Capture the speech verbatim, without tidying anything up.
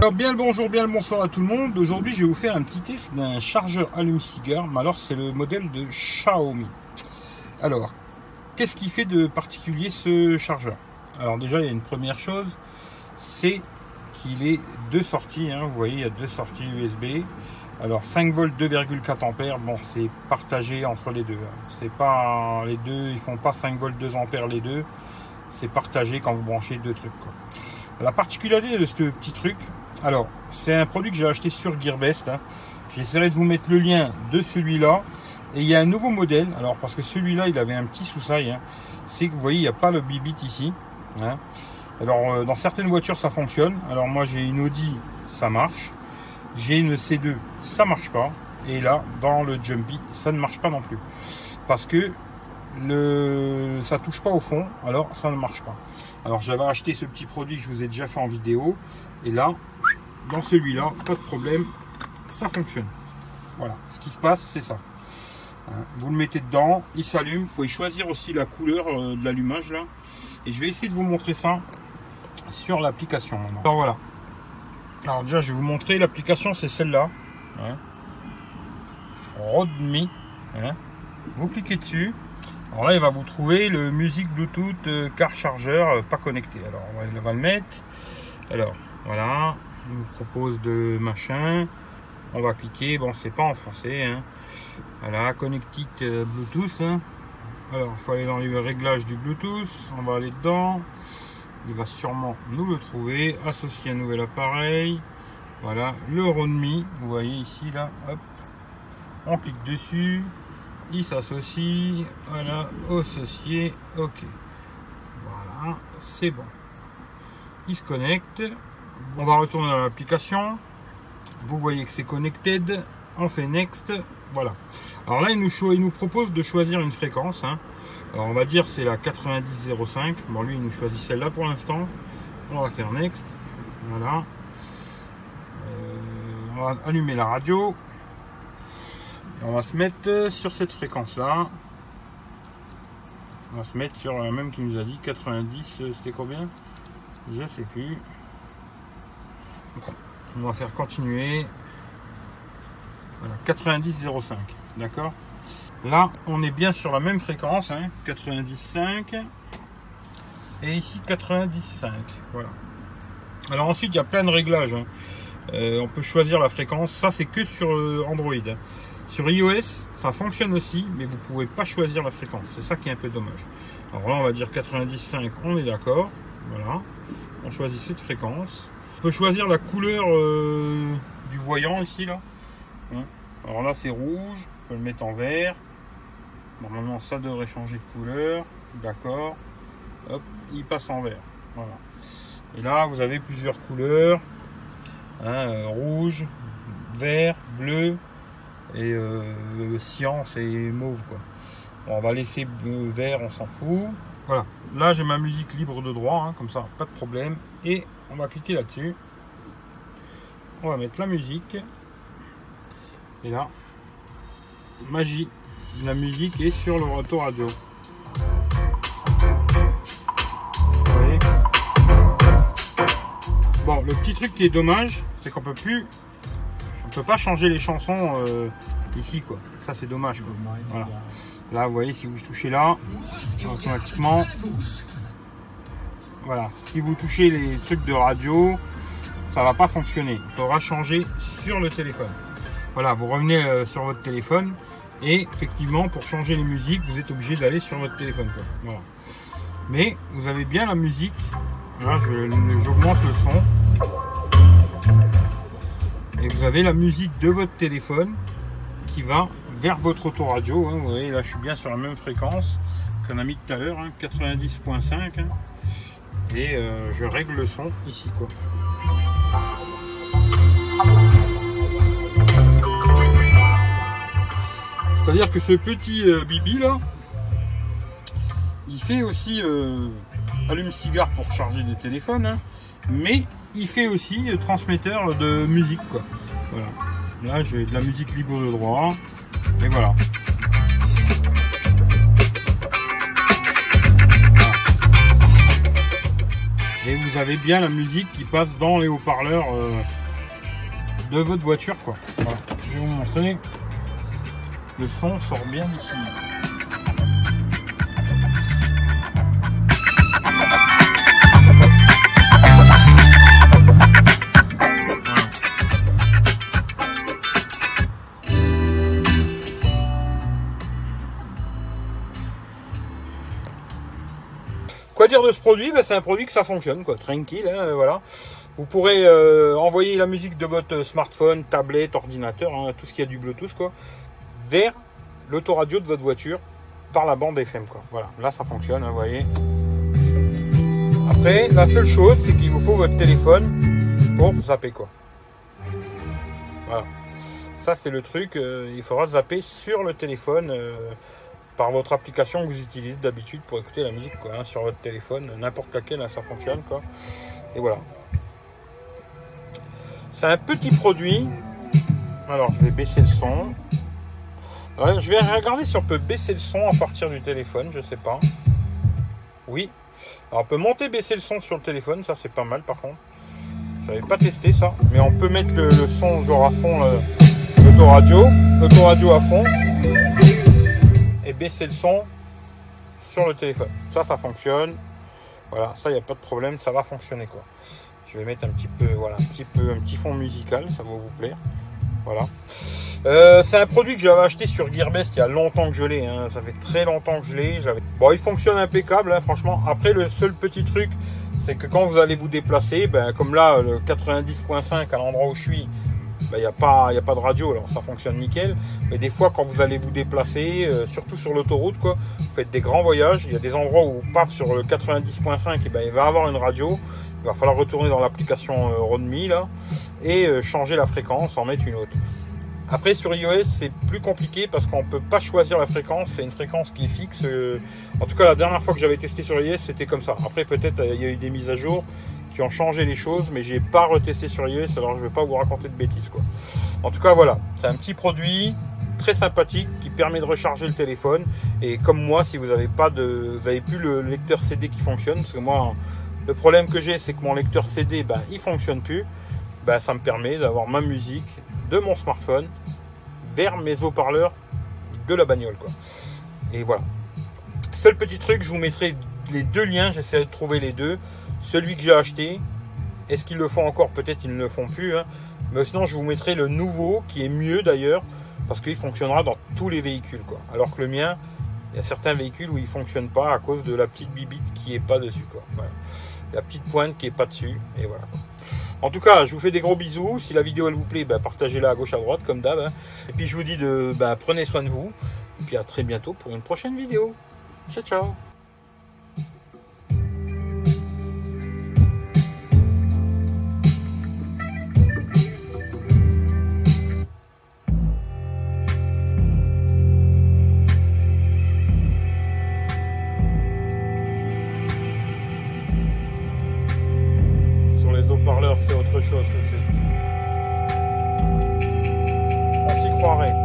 Alors bien le bonjour, bien le bonsoir à tout le monde. Aujourd'hui je vais vous faire un petit test d'un chargeur allume-cigare, mais alors c'est le modèle de Xiaomi. Alors, qu'est-ce qui fait de particulier ce chargeur? Alors déjà il y a une première chose, c'est qu'il est deux sorties, hein. Vous voyez il y a deux sorties U S B. Alors cinq volts deux virgule quatre ampères, bon c'est partagé entre les deux, hein. C'est pas les deux, ils font pas cinq volts deux ampères les deux, c'est partagé quand vous branchez deux trucs, quoi. La particularité de ce petit truc, alors c'est un produit que j'ai acheté sur Gearbest, hein. J'essaierai de vous mettre le lien de celui-là. Et il y a un nouveau modèle, alors parce que celui-là il avait un petit souci, hein. C'est que vous voyez il n'y a pas le bip-bip ici, hein. Alors euh, dans certaines voitures ça fonctionne. Alors moi j'ai une Audi, ça marche. J'ai une C deux, ça marche pas. Et là dans le Jumpy ça ne marche pas non plus, parce que le ça touche pas au fond, alors ça ne marche pas. Alors j'avais acheté ce petit produit que je vous ai déjà fait en vidéo, et là dans celui-là pas de problème, ça fonctionne. Voilà, ce qui se passe c'est ça. Vous le mettez dedans, il s'allume. Vous pouvez choisir aussi la couleur de l'allumage là, et je vais essayer de vous montrer ça sur l'application maintenant. Alors voilà, alors déjà je vais vous montrer l'application, c'est celle-là, hein. Rodme, hein. Vous cliquez dessus. Alors là il va vous trouver le musique Bluetooth euh, car chargeur euh, pas connecté. Alors on va, on va le mettre. Alors voilà, il nous propose de machin. On va cliquer, bon c'est pas en français, hein. Voilà, connected euh, Bluetooth, hein. Alors il faut aller dans les réglages du Bluetooth, on va aller dedans, il va sûrement nous le trouver, associer un nouvel appareil. Voilà, le Rodme, vous voyez ici là, hop, on clique dessus, il s'associe, voilà, associé, ok, voilà, c'est bon, il se connecte. On va retourner dans l'application, vous voyez que c'est connected, on fait next, voilà. Alors là il nous, il nous propose de choisir une fréquence, hein. Alors on va dire c'est la quatre-vingt-dix zéro cinq, bon lui il nous choisit celle-là pour l'instant, on va faire next, voilà. Euh, on va allumer la radio, on va se mettre sur cette fréquence là, on va se mettre sur la même qui nous a dit quatre-vingt-dix, c'était combien, je sais plus. On va faire continuer. Voilà, quatre-vingt-dix zéro cinq, d'accord. Là on est bien sur la même fréquence, hein, quatre-vingt-dix cinq, et ici quatre-vingt-dix cinq, voilà. Alors ensuite il y a plein de réglages, hein. Euh, on peut choisir la fréquence, ça c'est que sur euh, Android, hein. Sur iOS ça fonctionne aussi, mais vous pouvez pas choisir la fréquence, c'est ça qui est un peu dommage. Alors là on va dire quatre-vingt-dix cinq, on est d'accord, voilà, on choisit cette fréquence. On peut choisir la couleur euh, du voyant ici là. Alors là c'est rouge, on peut le mettre en vert. Normalement ça devrait changer de couleur, d'accord. Hop, il passe en vert. Voilà. Et là vous avez plusieurs couleurs, hein, rouge, vert, bleu et euh, cyan, c'est mauve quoi. Bon, on va laisser vert, on s'en fout. Voilà. Là j'ai ma musique libre de droit, hein, comme ça, pas de problème. Et on va cliquer là-dessus. On va mettre la musique. Et là, magie, la musique est sur le autoradio. Vous voyez. Bon, le petit truc qui est dommage, c'est qu'on peut plus, on peut pas changer les chansons euh, ici, quoi. Ça c'est dommage, quoi. Voilà. Là, vous voyez, si vous touchez là, automatiquement, voilà. Si vous touchez les trucs de radio, ça va pas fonctionner. Il faudra changer sur le téléphone. Voilà, vous revenez euh, sur votre téléphone, et effectivement pour changer les musiques vous êtes obligé d'aller sur votre téléphone, quoi. Voilà. Mais vous avez bien la musique. Là j'augmente le son et vous avez la musique de votre téléphone qui va vers votre autoradio, hein. Vous voyez là je suis bien sur la même fréquence qu'on a mis tout à l'heure, hein, quatre-vingt-dix point cinq, hein. Et euh, je règle le son ici, quoi. C'est-à-dire que ce petit euh, bibi là, il fait aussi euh, allume-cigare pour charger des téléphones, hein, mais il fait aussi euh, transmetteur de musique, quoi. Voilà. Là j'ai de la musique libre de droit, et voilà. Et et vous avez bien la musique qui passe dans les haut-parleurs euh, de votre voiture, quoi. Voilà. Je vais vous montrer. Le son sort bien d'ici. Quoi dire de ce produit? Ben, c'est un produit que ça fonctionne, quoi, tranquille, hein, voilà. Vous pourrez euh, envoyer la musique de votre smartphone, tablette, ordinateur, hein, tout ce qui a du Bluetooth, quoi, vers l'autoradio de votre voiture par la bande F M, quoi. Voilà, là ça fonctionne, hein, vous voyez. Après, la seule chose, c'est qu'il vous faut votre téléphone pour zapper, quoi. Voilà. Ça, c'est le truc, euh, il faudra zapper sur le téléphone. Euh, par votre application que vous utilisez d'habitude pour écouter la musique, quoi, hein, sur votre téléphone, n'importe laquelle, hein, ça fonctionne, quoi. Et voilà. C'est un petit produit. Alors, je vais baisser le son. Alors, je vais regarder si on peut baisser le son à partir du téléphone, je sais pas. Oui. Alors, on peut monter, baisser le son sur le téléphone, ça c'est pas mal par contre. J'avais pas testé ça, mais on peut mettre le, le son genre à fond, l'autoradio, l'autoradio à fond. Et baisser le son sur le téléphone. Ça, ça fonctionne. Voilà, ça, il n'y a pas de problème, ça va fonctionner, quoi. Je vais mettre un petit peu, voilà, un petit peu, un petit fond musical, ça va vous plaire. Voilà. Euh, c'est un produit que j'avais acheté sur Gearbest il y a longtemps que je l'ai, hein. Ça fait très longtemps que je l'ai. J'avais... Bon, il fonctionne impeccable, hein, franchement. Après, le seul petit truc, c'est que quand vous allez vous déplacer, ben, comme là, le quatre-vingt-dix point cinq à l'endroit où je suis, il n'y a pas, il y a pas de radio, alors ça fonctionne nickel. Mais des fois, quand vous allez vous déplacer, euh, surtout sur l'autoroute, quoi, vous faites des grands voyages. Il y a des endroits où, paf, sur le quatre-vingt-dix point cinq, et ben, il va avoir une radio. Il va falloir retourner dans l'application euh, RoadMe là et euh, changer la fréquence, en mettre une autre. Après, sur iOS, c'est plus compliqué parce qu'on ne peut pas choisir la fréquence. C'est une fréquence qui est fixe. Euh, en tout cas, la dernière fois que j'avais testé sur iOS, c'était comme ça. Après, peut-être il y a eu des mises à jour qui ont changé les choses, mais j'ai pas retesté sur iOS, alors je vais pas vous raconter de bêtises, quoi. En tout cas, voilà, c'est un petit produit très sympathique qui permet de recharger le téléphone. Et comme moi, si vous n'avez pas de, vous avez plus le lecteur C D qui fonctionne, parce que moi, le problème que j'ai, c'est que mon lecteur C D, ben, il fonctionne plus. Ben, ça me permet d'avoir ma musique de mon smartphone vers mes haut-parleurs de la bagnole, quoi. Et voilà. Seul petit truc, je vous mettrai les deux liens, j'essaierai de trouver les deux. Celui que j'ai acheté, est-ce qu'ils le font encore? Peut-être ils ne le font plus, hein. Mais sinon je vous mettrai le nouveau qui est mieux d'ailleurs, parce qu'il fonctionnera dans tous les véhicules, quoi. Alors que le mien, il y a certains véhicules où il ne fonctionne pas à cause de la petite bibite qui n'est pas dessus, quoi. Voilà. La petite pointe qui n'est pas dessus, et voilà. En tout cas, je vous fais des gros bisous. Si la vidéo elle vous plaît, bah, partagez-la à gauche à droite comme d'hab, hein. Et puis je vous dis de bah, prenez soin de vous. Et puis à très bientôt pour une prochaine vidéo. Ciao ciao. Haut-parleur, c'est autre chose tout de suite. On s'y croirait.